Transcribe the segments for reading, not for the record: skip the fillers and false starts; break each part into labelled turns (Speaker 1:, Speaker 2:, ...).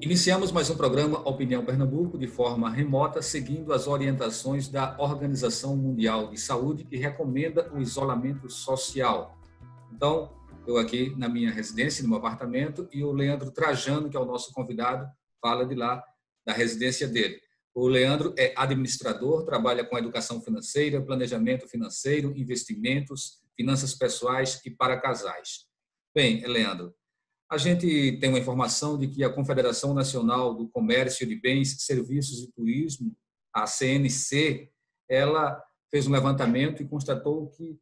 Speaker 1: Iniciamos mais um programa Opinião Pernambuco de forma remota, seguindo as orientações da Organização Mundial de Saúde, que recomenda o isolamento social. Então, eu aqui na minha residência, no meu apartamento, e o Leandro Trajano, que é o nosso convidado, fala de lá, da residência dele. O Leandro é administrador, trabalha com educação financeira, planejamento financeiro, investimentos, finanças pessoais e para casais. Bem, Leandro, a gente tem uma informação de que a Confederação Nacional do Comércio de Bens, Serviços e Turismo, a CNC, ela fez um levantamento e constatou que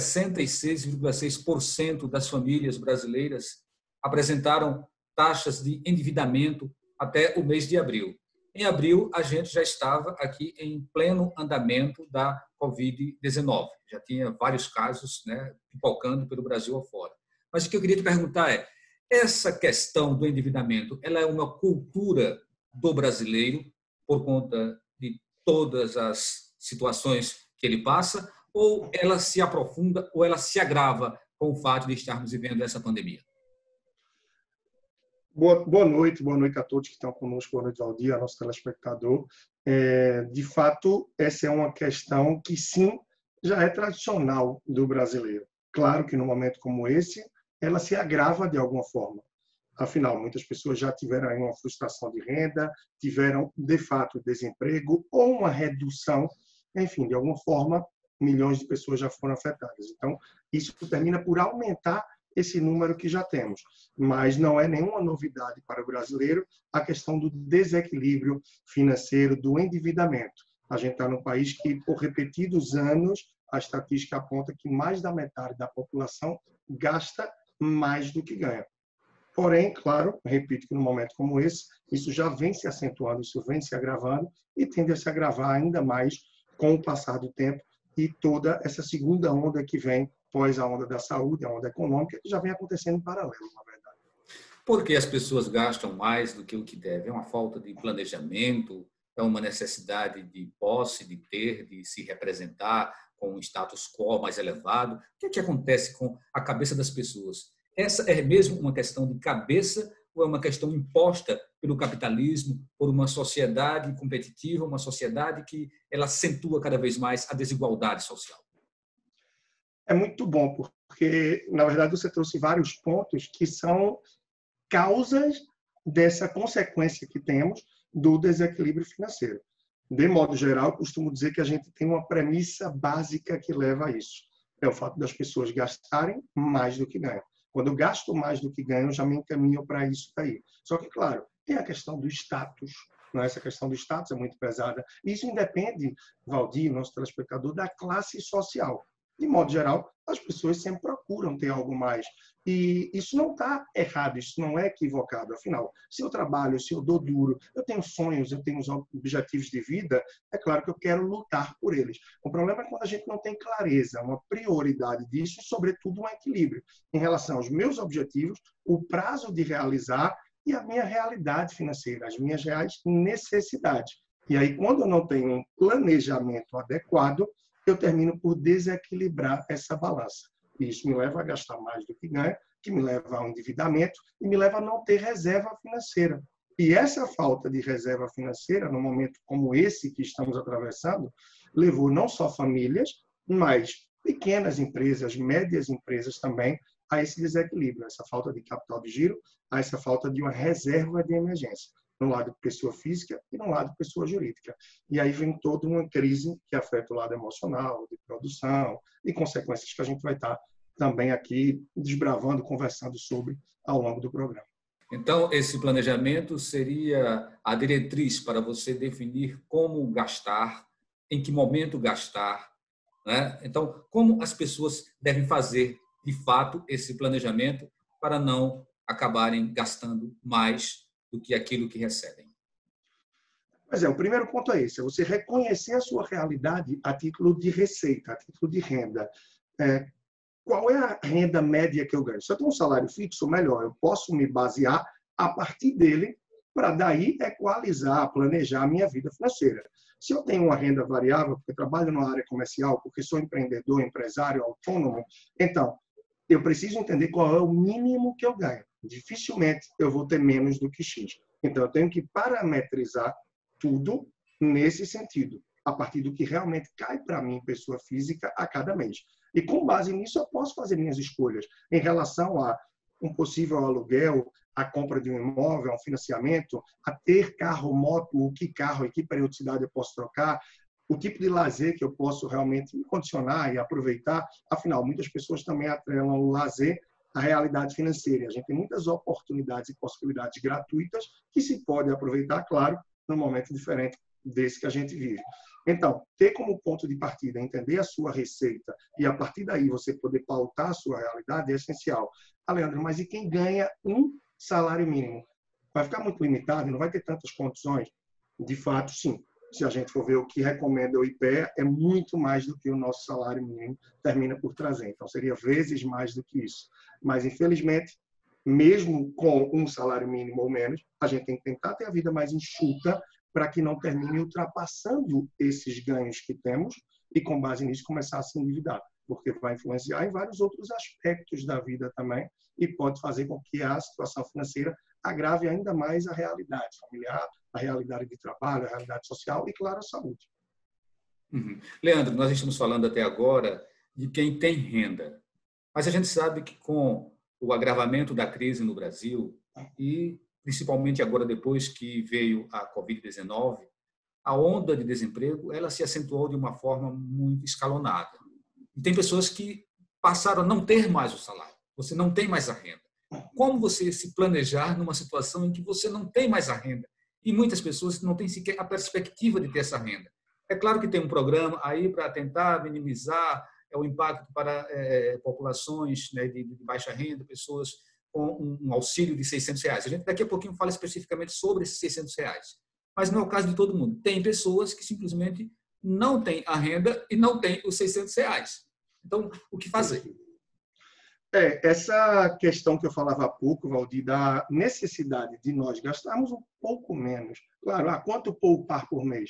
Speaker 1: 66,6% das famílias brasileiras apresentaram taxas de endividamento até o mês de abril. Em abril, a gente já estava aqui em pleno andamento da Covid-19. Já tinha vários casos, pipocando pelo Brasil afora. Mas o que eu queria te perguntar é, essa questão do endividamento, ela é uma cultura do brasileiro por conta de todas as situações que ele passa, ou ela se aprofunda, ou ela se agrava com o fato de estarmos vivendo essa pandemia?
Speaker 2: Boa noite a todos que estão conosco, boa noite ao dia, ao nosso telespectador. De fato, essa é uma questão que, sim, já é tradicional do brasileiro. Claro que, num momento como esse, ela se agrava de alguma forma. Afinal, muitas pessoas já tiveram aí uma frustração de renda, tiveram, de fato, desemprego ou uma redução. Enfim, de alguma forma, milhões de pessoas já foram afetadas. Então, isso termina por aumentar esse número que já temos. Mas não é nenhuma novidade para o brasileiro a questão do desequilíbrio financeiro, do endividamento. A gente está num país que, por repetidos anos, a estatística aponta que mais da metade da população gasta mais do que ganha. Porém, claro, repito que num momento como esse, isso já vem se acentuando, isso vem se agravando e tende a se agravar ainda mais com o passar do tempo e toda essa segunda onda que vem após a onda da saúde, a onda econômica, que já vem acontecendo em paralelo, na verdade.
Speaker 1: Por que as pessoas gastam mais do que o que devem? É uma falta de planejamento? É uma necessidade de posse, de ter, de se representar com um status quo mais elevado? O que acontece com a cabeça das pessoas? Essa é mesmo uma questão de cabeça ou é uma questão imposta pelo capitalismo, por uma sociedade competitiva, uma sociedade que ela acentua cada vez mais a desigualdade social?
Speaker 2: É muito bom, porque, na verdade, você trouxe vários pontos que são causas dessa consequência que temos do desequilíbrio financeiro. De modo geral, eu costumo dizer que a gente tem uma premissa básica que leva a isso. É o fato das pessoas gastarem mais do que ganham. Quando eu gasto mais do que ganho, eu já me encaminho para isso daí. Só que, claro, tem a questão do status. Essa questão do status é muito pesada. Isso independe, Valdir, nosso telespectador, da classe social. De modo geral, as pessoas sempre procuram ter algo mais. E isso não está errado, isso não é equivocado. Afinal, se eu trabalho, se eu dou duro, eu tenho sonhos, eu tenho objetivos de vida, é claro que eu quero lutar por eles. O problema é quando a gente não tem clareza, uma prioridade disso e, sobretudo, um equilíbrio em relação aos meus objetivos, o prazo de realizar e a minha realidade financeira, as minhas reais necessidades. E aí, quando eu não tenho um planejamento adequado, eu termino por desequilibrar essa balança. E isso me leva a gastar mais do que ganha, que me leva ao endividamento e me leva a não ter reserva financeira. E essa falta de reserva financeira, num momento como esse que estamos atravessando, levou não só famílias, mas pequenas empresas, médias empresas também, a esse desequilíbrio, a essa falta de capital de giro, a essa falta de uma reserva de emergência, no lado de pessoa física e no lado de pessoa jurídica. E aí vem toda uma crise que afeta o lado emocional, de produção e consequências que a gente vai estar também aqui desbravando, conversando sobre ao longo do programa.
Speaker 1: Então, esse planejamento seria a diretriz para você definir como gastar, em que momento gastar, né? Então, como as pessoas devem fazer, de fato, esse planejamento para não acabarem gastando mais do que aquilo que recebem?
Speaker 2: Pois é, o primeiro ponto é esse, é você reconhecer a sua realidade a título de receita, a título de renda. Qual é a renda média que eu ganho? Se eu tenho um salário fixo, melhor, eu posso me basear a partir dele para daí equalizar, planejar a minha vida financeira. Se eu tenho uma renda variável, porque trabalho numa área comercial, porque sou empreendedor, empresário, autônomo, então, eu preciso entender qual é o mínimo que eu ganho. Dificilmente eu vou ter menos do que X. Então, eu tenho que parametrizar tudo nesse sentido, a partir do que realmente cai para mim, pessoa física, a cada mês. E com base nisso, eu posso fazer minhas escolhas em relação a um possível aluguel, a compra de um imóvel, um financiamento, a ter carro, moto, o que carro e que periodicidade eu posso trocar, o tipo de lazer que eu posso realmente me condicionar e aproveitar. Afinal, muitas pessoas também atrelam o lazer à realidade financeira. A gente tem muitas oportunidades e possibilidades gratuitas que se pode aproveitar, claro, num momento diferente desse que a gente vive. Então, ter como ponto de partida, entender a sua receita e, a partir daí, você poder pautar a sua realidade é essencial. Ah, Leandro, mas e quem ganha um salário mínimo? Vai ficar muito limitado, não vai ter tantas condições? De fato, sim. Se a gente for ver o que recomenda o IPEA, é muito mais do que o nosso salário mínimo termina por trazer. Então, seria vezes mais do que isso. Mas, infelizmente, mesmo com um salário mínimo ou menos, a gente tem que tentar ter a vida mais enxuta para que não termine ultrapassando esses ganhos que temos e, com base nisso, começar a se endividar, porque vai influenciar em vários outros aspectos da vida também e pode fazer com que a situação financeira agrave ainda mais a realidade familiar, a realidade de trabalho, a realidade social e, claro, a saúde.
Speaker 1: Uhum. Leandro, nós estamos falando até agora de quem tem renda, mas a gente sabe que com o agravamento da crise no Brasil e principalmente agora depois que veio a Covid-19, a onda de desemprego ela se acentuou de uma forma muito escalonada. E tem pessoas que passaram a não ter mais o salário, você não tem mais a renda. Como você se planejar numa situação em que você não tem mais a renda? E muitas pessoas não têm sequer a perspectiva de ter essa renda. É claro que tem um programa aí para tentar minimizar o impacto para populações, né, de baixa renda, pessoas com um auxílio de R$ 600. A gente daqui a pouquinho fala especificamente sobre esses R$ 600. Mas não é o caso de todo mundo. Tem pessoas que simplesmente não têm a renda e não têm os R$ 600. Então, o que fazer?
Speaker 2: Essa questão que eu falava há pouco, Valdir, da necessidade de nós gastarmos um pouco menos. Claro, quanto poupar por mês?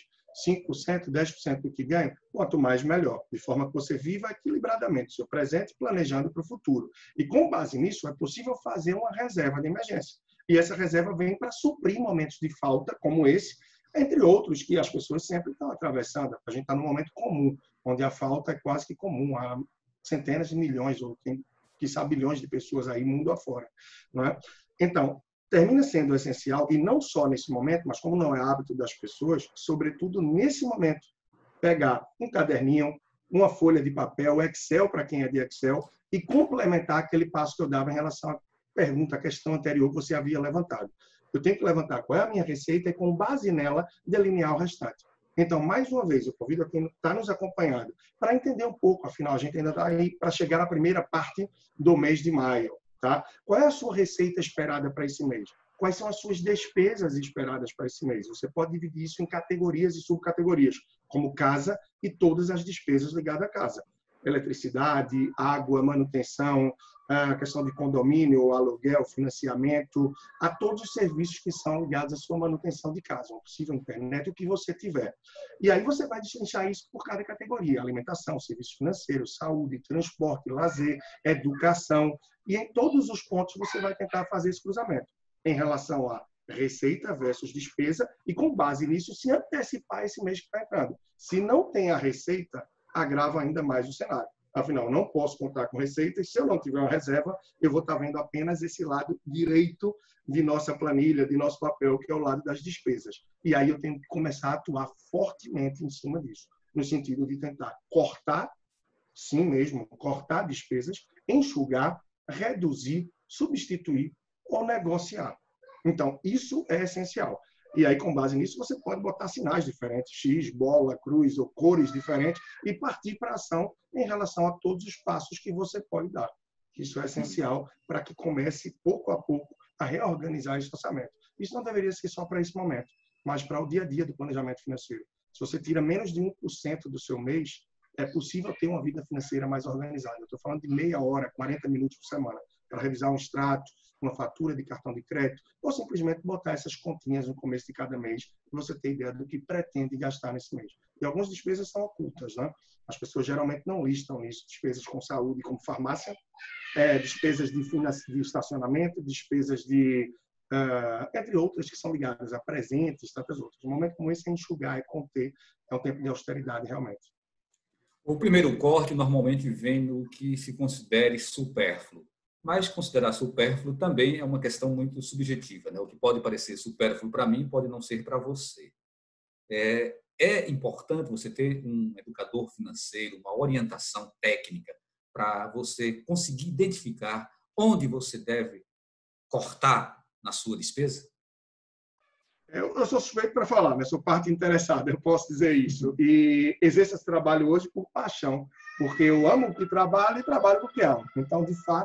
Speaker 2: 5%, 10% do que ganha? Quanto mais, melhor. De forma que você viva equilibradamente o seu presente, planejando para o futuro. E com base nisso, é possível fazer uma reserva de emergência. E essa reserva vem para suprir momentos de falta, como esse, entre outros que as pessoas sempre estão atravessando. A gente está num momento comum, onde a falta é quase que comum. Há centenas de milhões, ou quiçá bilhões de pessoas aí mundo afora, não é? Então, termina sendo essencial, e não só nesse momento, mas como não é hábito das pessoas, sobretudo nesse momento, pegar um caderninho, uma folha de papel, Excel para quem é de Excel, e complementar aquele passo que eu dava em relação à pergunta, à questão anterior que você havia levantado. Eu tenho que levantar qual é a minha receita e, com base nela, delinear o restante. Então, mais uma vez, eu convido a quem está nos acompanhando para entender um pouco, afinal, a gente ainda está aí para chegar à primeira parte do mês de maio. Tá? Qual é a sua receita esperada para esse mês? Quais são as suas despesas esperadas para esse mês? Você pode dividir isso em categorias e subcategorias, como casa e todas as despesas ligadas à casa. Eletricidade, água, manutenção, a questão de condomínio, aluguel, financiamento, a todos os serviços que são ligados à sua manutenção de casa, uma possível internet, o que você tiver. E aí você vai destrinchar isso por cada categoria: alimentação, serviços financeiros, saúde, transporte, lazer, educação. E em todos os pontos você vai tentar fazer esse cruzamento em relação a receita versus despesa e, com base nisso, se antecipar esse mês que está entrando. Se não tem a receita, agrava ainda mais o cenário. Afinal, não posso contar com receita e, se eu não tiver uma reserva, eu vou estar vendo apenas esse lado direito de nossa planilha, de nosso papel, que é o lado das despesas. E aí eu tenho que começar a atuar fortemente em cima disso, no sentido de tentar cortar, sim mesmo, cortar despesas, enxugar, reduzir, substituir ou negociar. Então, isso é essencial. E aí, com base nisso, você pode botar sinais diferentes, X, bola, cruz ou cores diferentes, e partir para a ação em relação a todos os passos que você pode dar. Isso é essencial para que comece, pouco a pouco, a reorganizar esse orçamento. Isso não deveria ser só para esse momento, mas para o dia a dia do planejamento financeiro. Se você tira menos de 1% do seu mês, é possível ter uma vida financeira mais organizada. Eu estou falando de meia hora, 40 minutos por semana, para revisar um extrato, uma fatura de cartão de crédito, ou simplesmente botar essas continhas no começo de cada mês, para você ter ideia do que pretende gastar nesse mês. E algumas despesas são ocultas, né? As pessoas geralmente não listam isso: despesas com saúde, como farmácia, despesas de estacionamento, despesas de entre outras que são ligadas a presentes, tantas outras. Um momento como esse é enxugar, é conter, é um tempo de austeridade realmente.
Speaker 1: O primeiro corte normalmente vem no que se considere supérfluo, mas considerar supérfluo também é uma questão muito subjetiva, né? O que pode parecer supérfluo para mim pode não ser para você. É importante você ter um educador financeiro, uma orientação técnica para você conseguir identificar onde você deve cortar na sua despesa?
Speaker 2: Eu sou suspeito para falar, mas sou parte interessada, eu posso dizer isso. E exerço esse trabalho hoje por paixão, porque eu amo o que trabalho e trabalho porque amo. Então,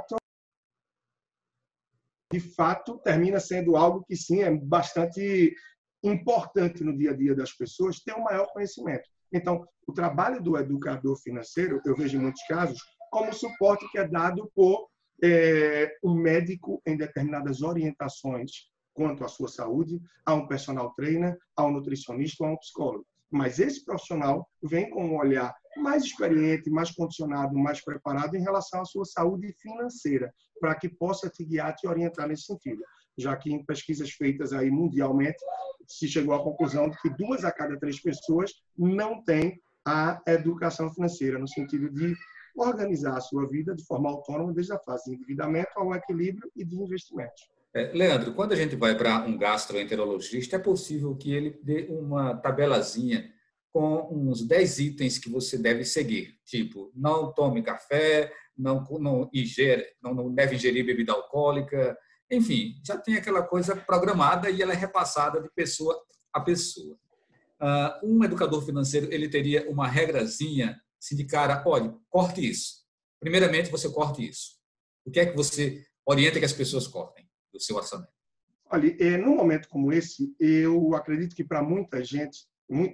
Speaker 2: de fato, termina sendo algo que, sim, é bastante importante no dia a dia das pessoas ter um maior conhecimento. Então, o trabalho do educador financeiro, eu vejo em muitos casos, como suporte que é dado por um médico em determinadas orientações quanto à sua saúde, a um personal trainer, a um nutricionista ou a um psicólogo. Mas esse profissional vem com um olhar mais experiente, mais condicionado, mais preparado em relação à sua saúde financeira, para que possa te guiar, te orientar nesse sentido. Já que em pesquisas feitas aí mundialmente, se chegou à conclusão de que 2 a cada 3 pessoas não têm a educação financeira, no sentido de organizar a sua vida de forma autônoma, desde a fase de endividamento ao equilíbrio e de investimentos.
Speaker 1: Leandro, quando a gente vai para um gastroenterologista, é possível que ele dê uma tabelazinha com uns 10 itens que você deve seguir, tipo, não tome café, não deve ingerir bebida alcoólica, enfim, já tem aquela coisa programada e ela é repassada de pessoa a pessoa. Um educador financeiro, ele teria uma regrazinha, se de cara, olha, corte isso. Primeiramente, você corte isso. O que é que você orienta que as pessoas cortem do seu orçamento?
Speaker 2: Olha, num momento como esse, eu acredito que para muita gente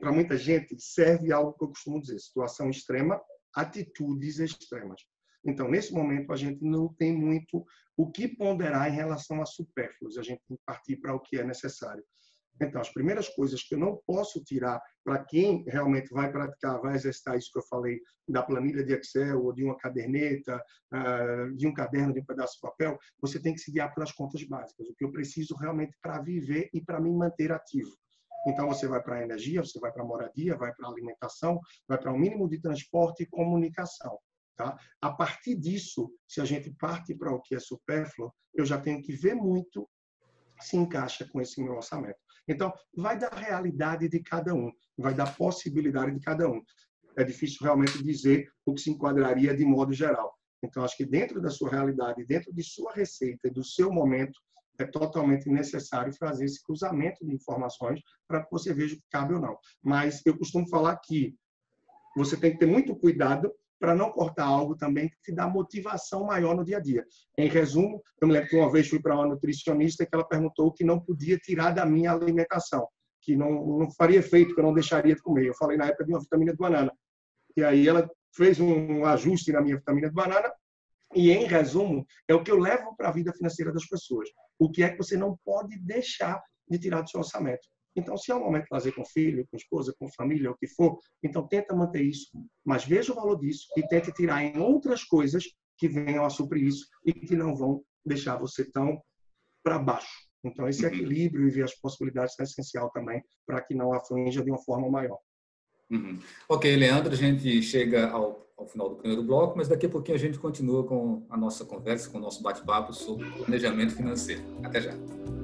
Speaker 2: serve algo que eu costumo dizer, situação extrema, atitudes extremas. Então, nesse momento, a gente não tem muito o que ponderar em relação a supérfluos, a gente tem que partir para o que é necessário. Então, as primeiras coisas que eu não posso tirar para quem realmente vai praticar, vai exercitar isso que eu falei, da planilha de Excel, ou de uma caderneta, de um caderno, de um pedaço de papel, você tem que se guiar pelas contas básicas, o que eu preciso realmente para viver e para me manter ativo. Então, você vai para a energia, você vai para a moradia, vai para a alimentação, vai para o mínimo de transporte e comunicação. Tá? A partir disso, se a gente parte para o que é supérfluo, eu já tenho que ver muito se encaixa com esse meu orçamento. Então, vai da realidade de cada um, vai da possibilidade de cada um. É difícil realmente dizer o que se enquadraria de modo geral. Então, acho que dentro da sua realidade, dentro de sua receita e do seu momento, é totalmente necessário fazer esse cruzamento de informações para que você veja o que cabe ou não. Mas eu costumo falar que você tem que ter muito cuidado para não cortar algo também que te dá motivação maior no dia a dia. Em resumo, eu me lembro que uma vez fui para uma nutricionista que ela perguntou o que não podia tirar da minha alimentação, que não faria efeito, que eu não deixaria de comer. Eu falei na época de uma vitamina de banana. E aí ela fez um ajuste na minha vitamina de banana e, em resumo, é o que eu levo para a vida financeira das pessoas. O que é que você não pode deixar de tirar do seu orçamento. Então, se é um momento de lazer com filho, com esposa, com família, o que for, então tenta manter isso, mas veja o valor disso e tente tirar em outras coisas que venham a suprir isso e que não vão deixar você tão para baixo. Então, esse equilíbrio e ver as possibilidades é essencial também para que não aflige de uma forma maior.
Speaker 1: Ok, Leandro, a gente chega ao final do primeiro bloco, mas daqui a pouquinho a gente continua com a nossa conversa, com o nosso bate-papo sobre planejamento financeiro. Até já.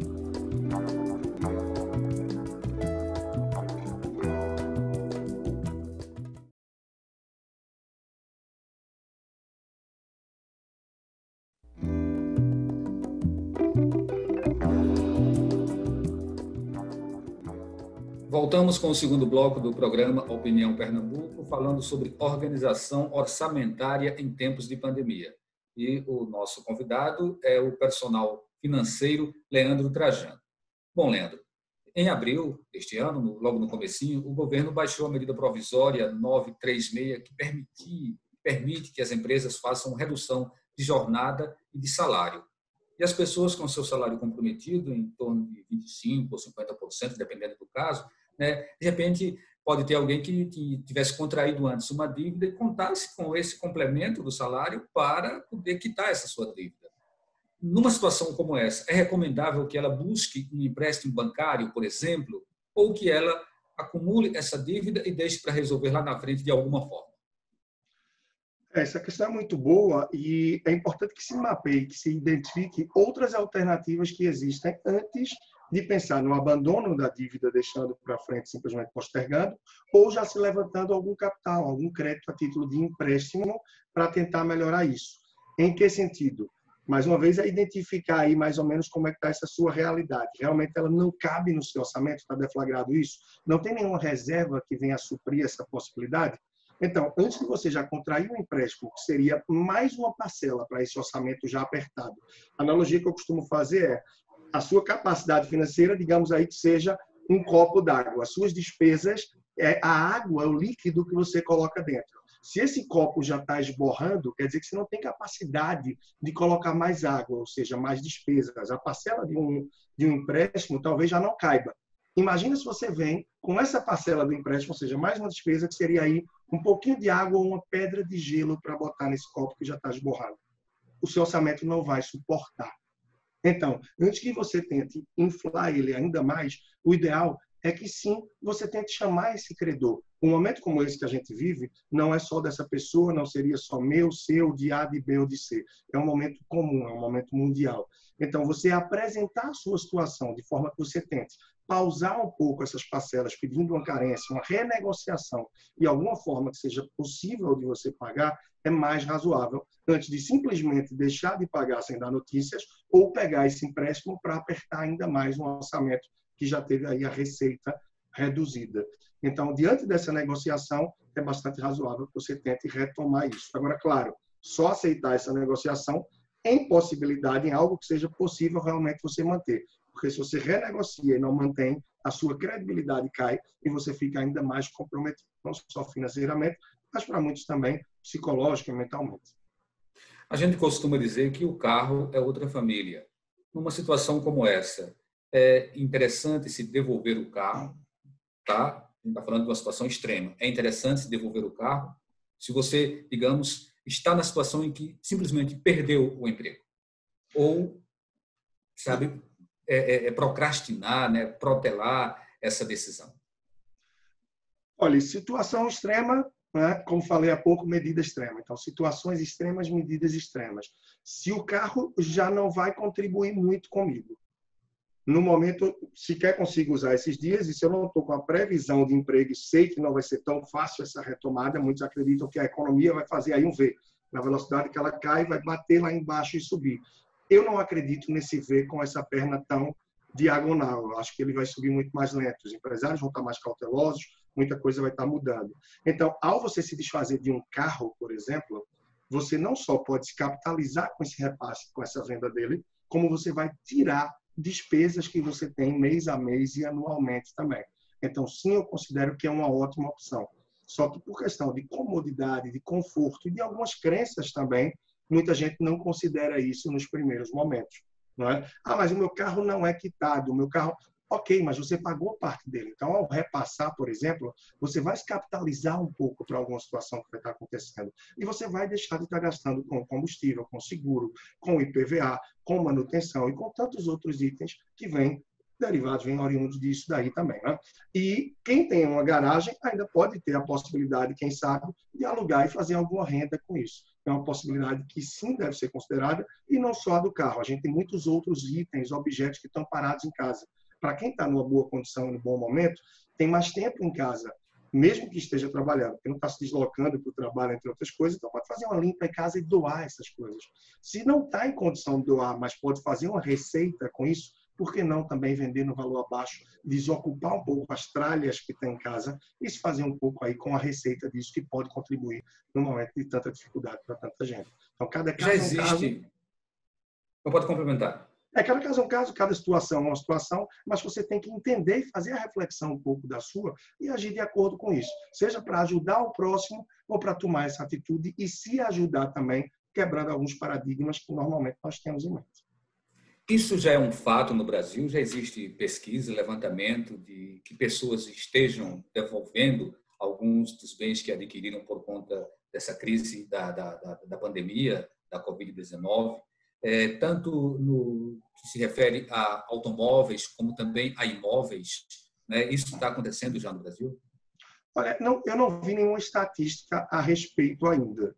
Speaker 1: Voltamos com o segundo bloco do programa Opinião Pernambuco, falando sobre organização orçamentária em tempos de pandemia. E o nosso convidado é o personal financeiro Leandro Trajano. Bom, Leandro, em abril deste ano, logo no comecinho, o governo baixou a medida provisória 936, que permite que as empresas façam redução de jornada e de salário. E as pessoas com seu salário comprometido, em torno de 25% ou 50%, dependendo do caso, né, de repente pode ter alguém que tivesse contraído antes uma dívida e contasse com esse complemento do salário para poder quitar essa sua dívida. numa situação como essa, é recomendável que ela busque um empréstimo bancário, por exemplo, ou que ela acumule essa dívida e deixe para resolver lá na frente de alguma forma?
Speaker 2: Essa questão é muito boa e é importante que se mapeie, que se identifique outras alternativas que existem antes de pensar no abandono da dívida, deixando para frente, simplesmente postergando, ou já se levantando algum capital, algum crédito a título de empréstimo para tentar melhorar isso. Em que sentido? Mais uma vez, é identificar aí mais ou menos como é que está essa sua realidade. Realmente ela não cabe no seu orçamento, está deflagrado isso? Não tem nenhuma reserva que venha a suprir essa possibilidade? Então, antes de você já contrair um empréstimo, que seria mais uma parcela para esse orçamento já apertado, a analogia que eu costumo fazer é a sua capacidade financeira, digamos aí que seja um copo d'água. As suas despesas é a água, o líquido que você coloca dentro. Se esse copo já está esborrando, quer dizer que você não tem capacidade de colocar mais água, ou seja, mais despesas. A parcela de um empréstimo talvez já não caiba. Imagina se você vem com essa parcela do empréstimo, ou seja, mais uma despesa que seria aí um pouquinho de água ou uma pedra de gelo para botar nesse copo que já está esborrado. O seu orçamento não vai suportar. Então, antes que você tente inflar ele ainda mais, o ideal é que sim, você tente chamar esse credor. Um momento como esse que a gente vive não é só dessa pessoa, não seria só meu, seu, de A, de B ou de C. É um momento comum, é um momento mundial. Então, você apresentar a sua situação de forma que você tente pausar um pouco essas parcelas, pedindo uma carência, uma renegociação e alguma forma que seja possível de você pagar, é mais razoável, antes de simplesmente deixar de pagar sem dar notícias ou pegar esse empréstimo para apertar ainda mais um orçamento que já teve aí a receita reduzida. Então, diante dessa negociação, é bastante razoável que você tente retomar isso. Agora, claro, só aceitar essa negociação em possibilidade, em algo que seja possível realmente você manter. Porque se você renegocia e não mantém, a sua credibilidade cai e você fica ainda mais comprometido, não só financeiramente, mas para muitos também psicológico e mentalmente.
Speaker 1: A gente costuma dizer que o carro é outra família. Numa situação como essa, é interessante se devolver o carro, tá? A gente está falando de uma situação extrema. É interessante se devolver o carro se você, digamos, está na situação em que simplesmente perdeu o emprego. Ou, sabe, procrastinar, né? Protelar essa decisão.
Speaker 2: Olha, situação extrema, né? Como falei há pouco, medida extrema. Então, situações extremas, medidas extremas. Se o carro já não vai contribuir muito comigo, no momento, sequer consigo usar esses dias, e se eu não estou com a previsão de emprego e sei que não vai ser tão fácil essa retomada, muitos acreditam que a economia vai fazer aí um V, na velocidade que ela cai, vai bater lá embaixo e subir. Eu não acredito nesse V com essa perna tão diagonal. Eu acho que ele vai subir muito mais lento. Os empresários vão estar mais cautelosos, muita coisa vai estar mudando. Então, ao você se desfazer de um carro, por exemplo, você não só pode se capitalizar com esse repasse, com essa venda dele, como você vai tirar despesas que você tem mês a mês e anualmente também. Então, sim, eu considero que é uma ótima opção. Só que por questão de comodidade, de conforto e de algumas crenças também, muita gente não considera isso nos primeiros momentos. Não é? Ah, mas o meu carro não é quitado, o meu carro... Ok, mas você pagou parte dele. Então, ao repassar, por exemplo, você vai se capitalizar um pouco para alguma situação que vai estar acontecendo. E você vai deixar de estar gastando com combustível, com seguro, com IPVA, com manutenção e com tantos outros itens que vêm derivados, vêm oriundos disso daí também. Né? E quem tem uma garagem ainda pode ter a possibilidade, quem sabe, de alugar e fazer alguma renda com isso. É uma possibilidade que sim deve ser considerada, e não só a do carro. A gente tem muitos outros itens, objetos que estão parados em casa. Para quem está numa boa condição e no bom momento, tem mais tempo em casa, mesmo que esteja trabalhando, porque não está se deslocando para o trabalho, entre outras coisas, então pode fazer uma limpa em casa e doar essas coisas. Se não está em condição de doar, mas pode fazer uma receita com isso, por que não também vender no valor abaixo, desocupar um pouco as tralhas que tem em casa e se fazer um pouco aí com a receita disso que pode contribuir no momento de tanta dificuldade para tanta gente. Então, cada
Speaker 1: Já
Speaker 2: caso é um caso.
Speaker 1: existe... Eu posso complementar?
Speaker 2: Cada caso é um caso, cada situação é uma situação, mas você tem que entender e fazer a reflexão um pouco da sua e agir de acordo com isso. Seja para ajudar o próximo ou para tomar essa atitude e se ajudar também, quebrando alguns paradigmas que normalmente nós temos em mente.
Speaker 1: Isso já é um fato no Brasil? Já existe pesquisa, levantamento de que pessoas estejam devolvendo alguns dos bens que adquiriram por conta dessa crise da pandemia, da Covid-19? tanto no que se refere a automóveis, como também a imóveis, né? Isso está acontecendo já no Brasil?
Speaker 2: Olha, não, eu não vi nenhuma estatística a respeito ainda.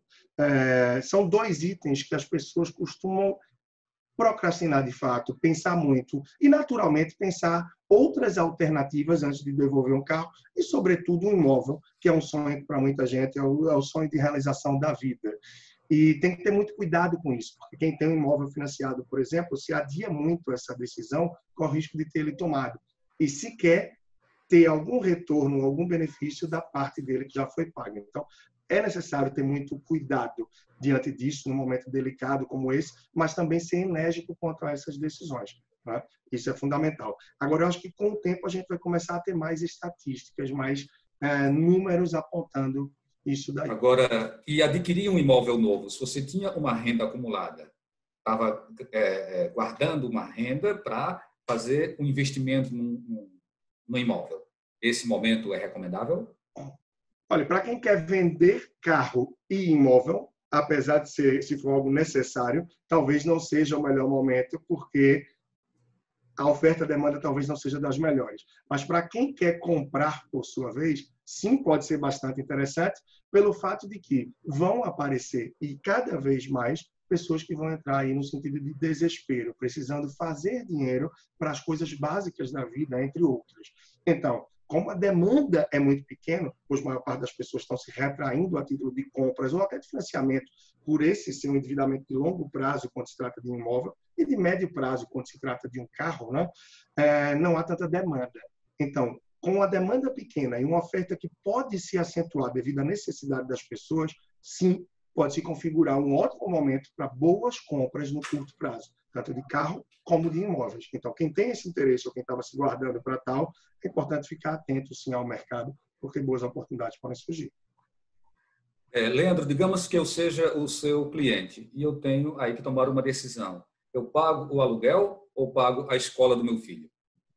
Speaker 2: São dois itens que as pessoas costumam procrastinar de fato, pensar muito e, naturalmente, pensar outras alternativas antes de devolver um carro e, sobretudo, um imóvel, que é um sonho para muita gente, é o sonho de realização da vida. E tem que ter muito cuidado com isso, porque quem tem um imóvel financiado, por exemplo, se adia muito essa decisão, corre o risco de ter ele tomado. E sequer ter algum retorno, algum benefício da parte dele que já foi paga. Então, é necessário ter muito cuidado diante disso, num momento delicado como esse, mas também ser enérgico quanto a essas decisões. Né? Isso é fundamental. Agora, eu acho que com o tempo a gente vai começar a ter mais estatísticas, mais números apontando isso daí.
Speaker 1: Agora, e adquirir um imóvel novo, se você tinha uma renda acumulada, estava guardando uma renda para fazer um investimento no imóvel, esse momento é recomendável?
Speaker 2: Olha, para quem quer vender carro e imóvel, apesar de ser, se for algo necessário, talvez não seja o melhor momento, porque a oferta e a demanda talvez não seja das melhores. Mas para quem quer comprar por sua vez, sim, pode ser bastante interessante, pelo fato de que vão aparecer, e cada vez mais, pessoas que vão entrar aí no sentido de desespero, precisando fazer dinheiro para as coisas básicas da vida, entre outras. Então, como a demanda é muito pequena, pois a maior parte das pessoas estão se retraindo a título de compras ou até de financiamento, por esse ser um endividamento de longo prazo quando se trata de um imóvel e de médio prazo quando se trata de um carro, né? Não há tanta demanda. Então, com a demanda pequena e uma oferta que pode se acentuar devido à necessidade das pessoas, sim, pode se configurar um ótimo momento para boas compras no curto prazo, tanto de carro como de imóveis. Então, quem tem esse interesse ou quem estava se guardando para tal, é importante ficar atento, sim, ao mercado, porque boas oportunidades podem surgir.
Speaker 1: Leandro, digamos que eu seja o seu cliente e eu tenho aí que tomar uma decisão. Eu pago o aluguel ou pago a escola do meu filho?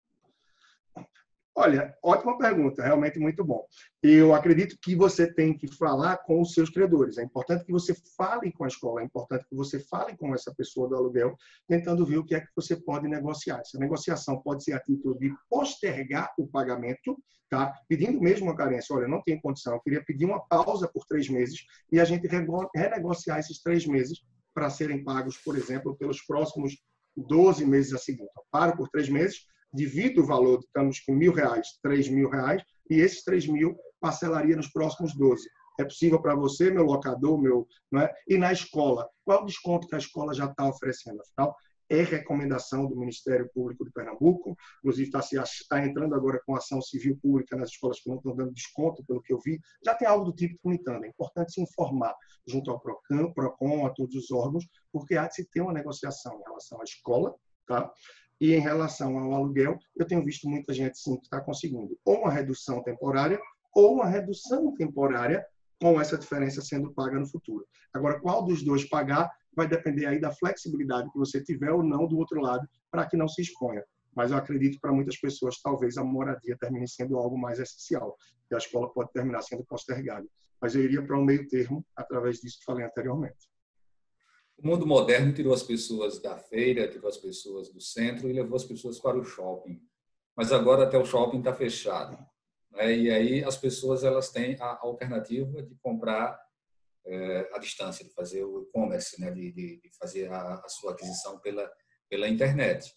Speaker 2: Olha, ótima pergunta, realmente muito bom. Eu acredito que você tem que falar com os seus credores. É importante que você fale com a escola, é importante que você fale com essa pessoa do aluguel, tentando ver o que é que você pode negociar. Essa negociação pode ser a título de postergar o pagamento, tá? Pedindo mesmo uma carência. Olha, não tenho condição, eu queria pedir uma pausa por 3 meses e a gente renegociar esses 3 meses para serem pagos, por exemplo, pelos próximos 12 meses a seguir. Então, paro por 3 meses, divido o valor, estamos com R$1.000, R$3.000, e esses 3.000 parcelaria nos próximos 12. É possível para você, meu locador, não é? E na escola, qual o desconto que a escola já está oferecendo? Afinal, é recomendação do Ministério Público de Pernambuco, inclusive está entrando agora com ação civil pública nas escolas que não estão dando desconto, pelo que eu vi, já tem algo do tipo limitando. É importante se informar junto ao PROCON, a todos os órgãos, porque há de se ter uma negociação em relação à escola, tá? E em relação ao aluguel, eu tenho visto muita gente, sim, que está conseguindo ou uma redução temporária ou uma redução temporária com essa diferença sendo paga no futuro. Agora, qual dos dois pagar vai depender aí da flexibilidade que você tiver ou não do outro lado para que não se exponha. Mas eu acredito que para muitas pessoas, talvez a moradia termine sendo algo mais essencial e a escola pode terminar sendo postergada. Mas eu iria para um meio termo através disso que falei anteriormente.
Speaker 1: O mundo moderno tirou as pessoas da feira, tirou as pessoas do centro e levou as pessoas para o shopping. Mas agora até o shopping está fechado, né? E aí as pessoas elas têm a alternativa de comprar à distância, de fazer o e-commerce, né? de fazer a sua aquisição pela internet.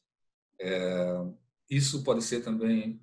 Speaker 1: Isso pode ser também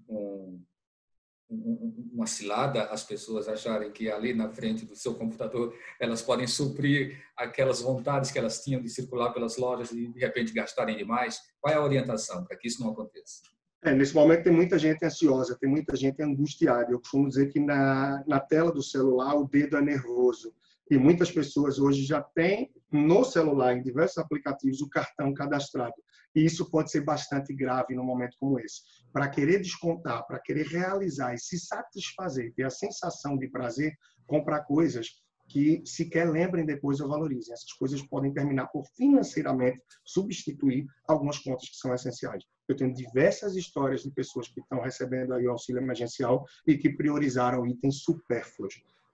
Speaker 1: uma cilada, as pessoas acharem que ali na frente do seu computador elas podem suprir aquelas vontades que elas tinham de circular pelas lojas e de repente gastarem demais. Qual é a orientação para que isso não aconteça?
Speaker 2: Nesse momento tem muita gente ansiosa, tem muita gente angustiada. Eu costumo dizer que na tela do celular o dedo é nervoso. E muitas pessoas hoje já têm no celular, em diversos aplicativos, o cartão cadastrado. E isso pode ser bastante grave num momento como esse. Para querer descontar, para querer realizar e se satisfazer, ter a sensação de prazer, comprar coisas que sequer lembrem depois ou valorizem. Essas coisas podem terminar por financeiramente substituir algumas contas que são essenciais. Eu tenho diversas histórias de pessoas que estão recebendo aí o auxílio emergencial e que priorizaram itens supérfluos.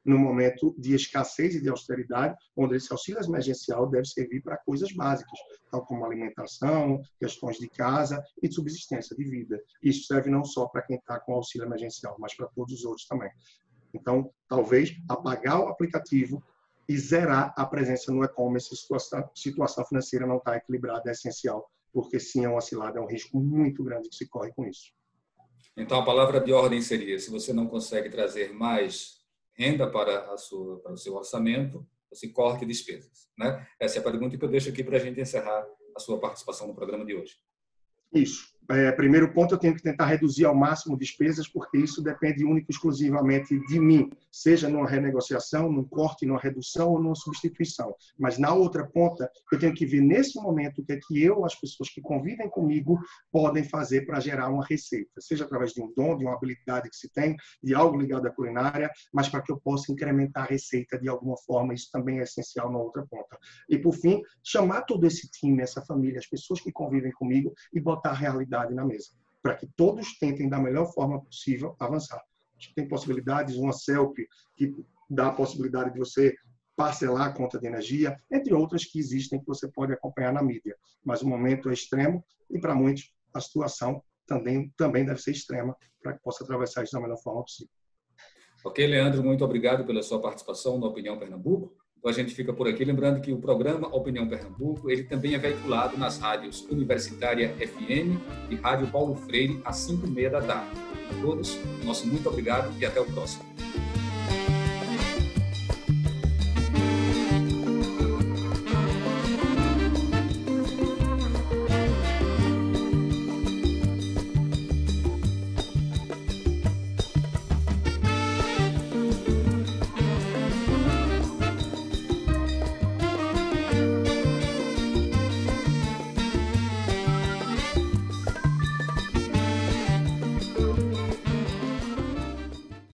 Speaker 2: no momento de escassez e de austeridade, onde esse auxílio emergencial deve servir para coisas básicas, tal como alimentação, questões de casa e de subsistência de vida. Isso serve não só para quem está com auxílio emergencial, mas para todos os outros também. Então, talvez apagar o aplicativo e zerar a presença no e-commerce se a situação financeira não está equilibrada é essencial, porque sim, é uma cilada, é um risco muito grande que se corre com isso.
Speaker 1: Então, a palavra de ordem seria, se você não consegue trazer mais renda para o seu orçamento, você corte despesas, né? Essa é a pergunta que eu deixo aqui para a gente encerrar a sua participação no programa de hoje.
Speaker 2: Isso. Primeiro ponto, eu tenho que tentar reduzir ao máximo despesas, porque isso depende única e exclusivamente de mim, seja numa renegociação, num corte, numa redução ou numa substituição. Mas na outra ponta, eu tenho que ver nesse momento o que é que eu, as pessoas que convivem comigo, podem fazer para gerar uma receita, seja através de um dom, de uma habilidade que se tem, de algo ligado à culinária, mas para que eu possa incrementar a receita de alguma forma, isso também é essencial na outra ponta. E, por fim, chamar todo esse time, essa família, as pessoas que convivem comigo e botar a realidade na mesa, para que todos tentem, da melhor forma possível, avançar. A gente tem possibilidades, uma CELP, que dá a possibilidade de você parcelar a conta de energia, entre outras que existem que você pode acompanhar na mídia. Mas o momento é extremo e, para muitos, a situação também deve ser extrema para que possa atravessar isso da melhor forma possível.
Speaker 1: Ok, Leandro, muito obrigado pela sua participação no Opinião Pernambuco. Então, a gente fica por aqui, lembrando que o programa Opinião Pernambuco, ele também é veiculado nas rádios Universitária FM e Rádio Paulo Freire, às 5h30 da tarde. A todos, nosso muito obrigado e até o próximo.